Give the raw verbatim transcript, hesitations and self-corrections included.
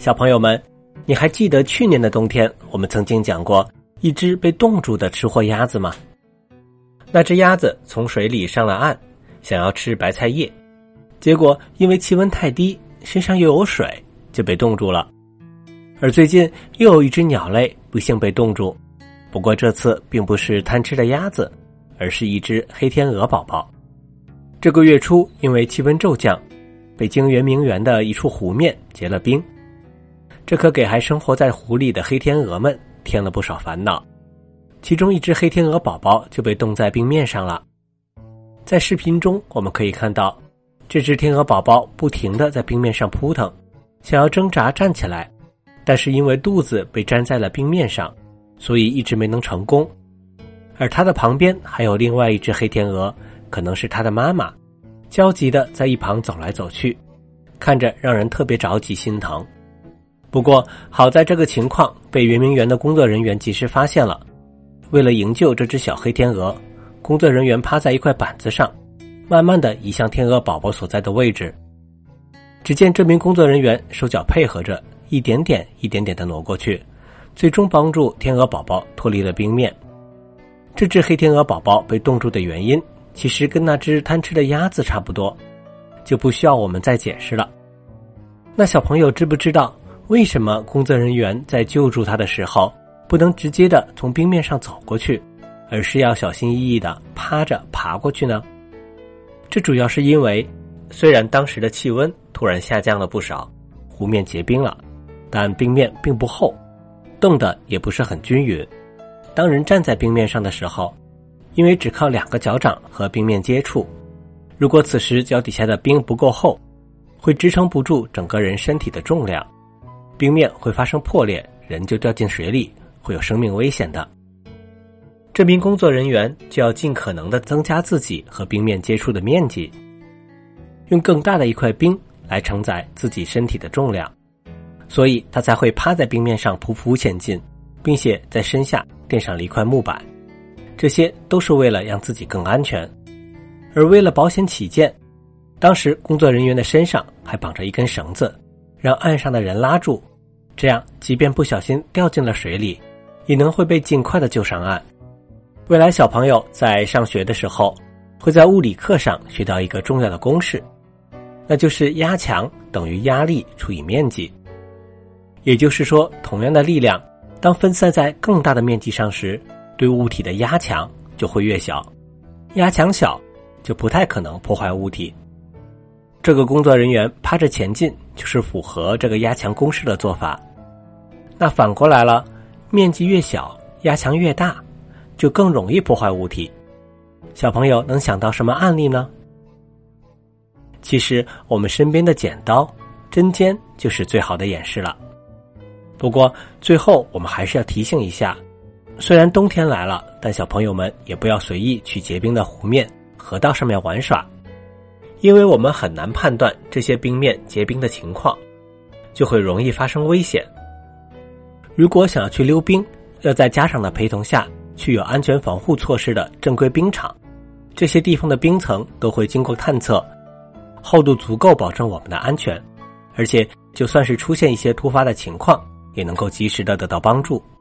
小朋友们，你还记得去年的冬天我们曾经讲过一只被冻住的吃货鸭子吗？那只鸭子从水里上了岸，想要吃白菜叶，结果因为气温太低，身上又有水，就被冻住了。而最近又有一只鸟类不幸被冻住，不过这次并不是贪吃的鸭子，而是一只黑天鹅宝宝。这个月初因为气温骤降，北京圆明园的一处湖面结了冰，这可给还生活在湖里的黑天鹅们添了不少烦恼。其中一只黑天鹅宝宝就被冻在冰面上了。在视频中我们可以看到，这只天鹅宝宝不停地在冰面上扑腾，想要挣扎站起来，但是因为肚子被粘在了冰面上，所以一直没能成功。而它的旁边还有另外一只黑天鹅，可能是它的妈妈，焦急地在一旁走来走去，看着让人特别着急心疼。不过好在这个情况被圆明园的工作人员及时发现了。为了营救这只小黑天鹅，工作人员趴在一块板子上，慢慢地移向天鹅宝宝所在的位置。只见这名工作人员手脚配合着，一点点一点点地挪过去，最终帮助天鹅宝宝脱离了冰面。这只黑天鹅宝宝被冻住的原因其实跟那只贪吃的鸭子差不多，就不需要我们再解释了。那小朋友知不知道为什么工作人员在救助它的时候不能直接的从冰面上走过去，而是要小心翼翼的趴着爬过去呢？这主要是因为虽然当时的气温突然下降了不少，湖面结冰了，但冰面并不厚，冻得也不是很均匀。当人站在冰面上的时候，因为只靠两个脚掌和冰面接触，如果此时脚底下的冰不够厚，会支撑不住整个人身体的重量，冰面会发生破裂，人就掉进水里，会有生命危险的。这名工作人员就要尽可能的增加自己和冰面接触的面积，用更大的一块冰来承载自己身体的重量，所以他才会趴在冰面上匍匐前进，并且在身下垫上了一块木板，这些都是为了让自己更安全。而为了保险起见，当时工作人员的身上还绑着一根绳子，让岸上的人拉住，这样即便不小心掉进了水里，也能会被尽快的救上岸。未来小朋友在上学的时候，会在物理课上学到一个重要的公式，那就是压强等于压力除以面积。也就是说，同样的力量当分散在更大的面积上时，对物体的压强就会越小，压强小就不太可能破坏物体。这个工作人员趴着前进就是符合这个压强公式的做法。那反过来了，面积越小，压强越大，就更容易破坏物体。小朋友能想到什么案例呢？其实我们身边的剪刀、针尖就是最好的演示了。不过最后我们还是要提醒一下，虽然冬天来了，但小朋友们也不要随意去结冰的湖面、河道上面玩耍，因为我们很难判断这些冰面结冰的情况，就会容易发生危险。如果想要去溜冰，要在家长的陪同下去有安全防护措施的正规冰场，这些地方的冰层都会经过探测，厚度足够保证我们的安全，而且就算是出现一些突发的情况，也能够及时的得到帮助。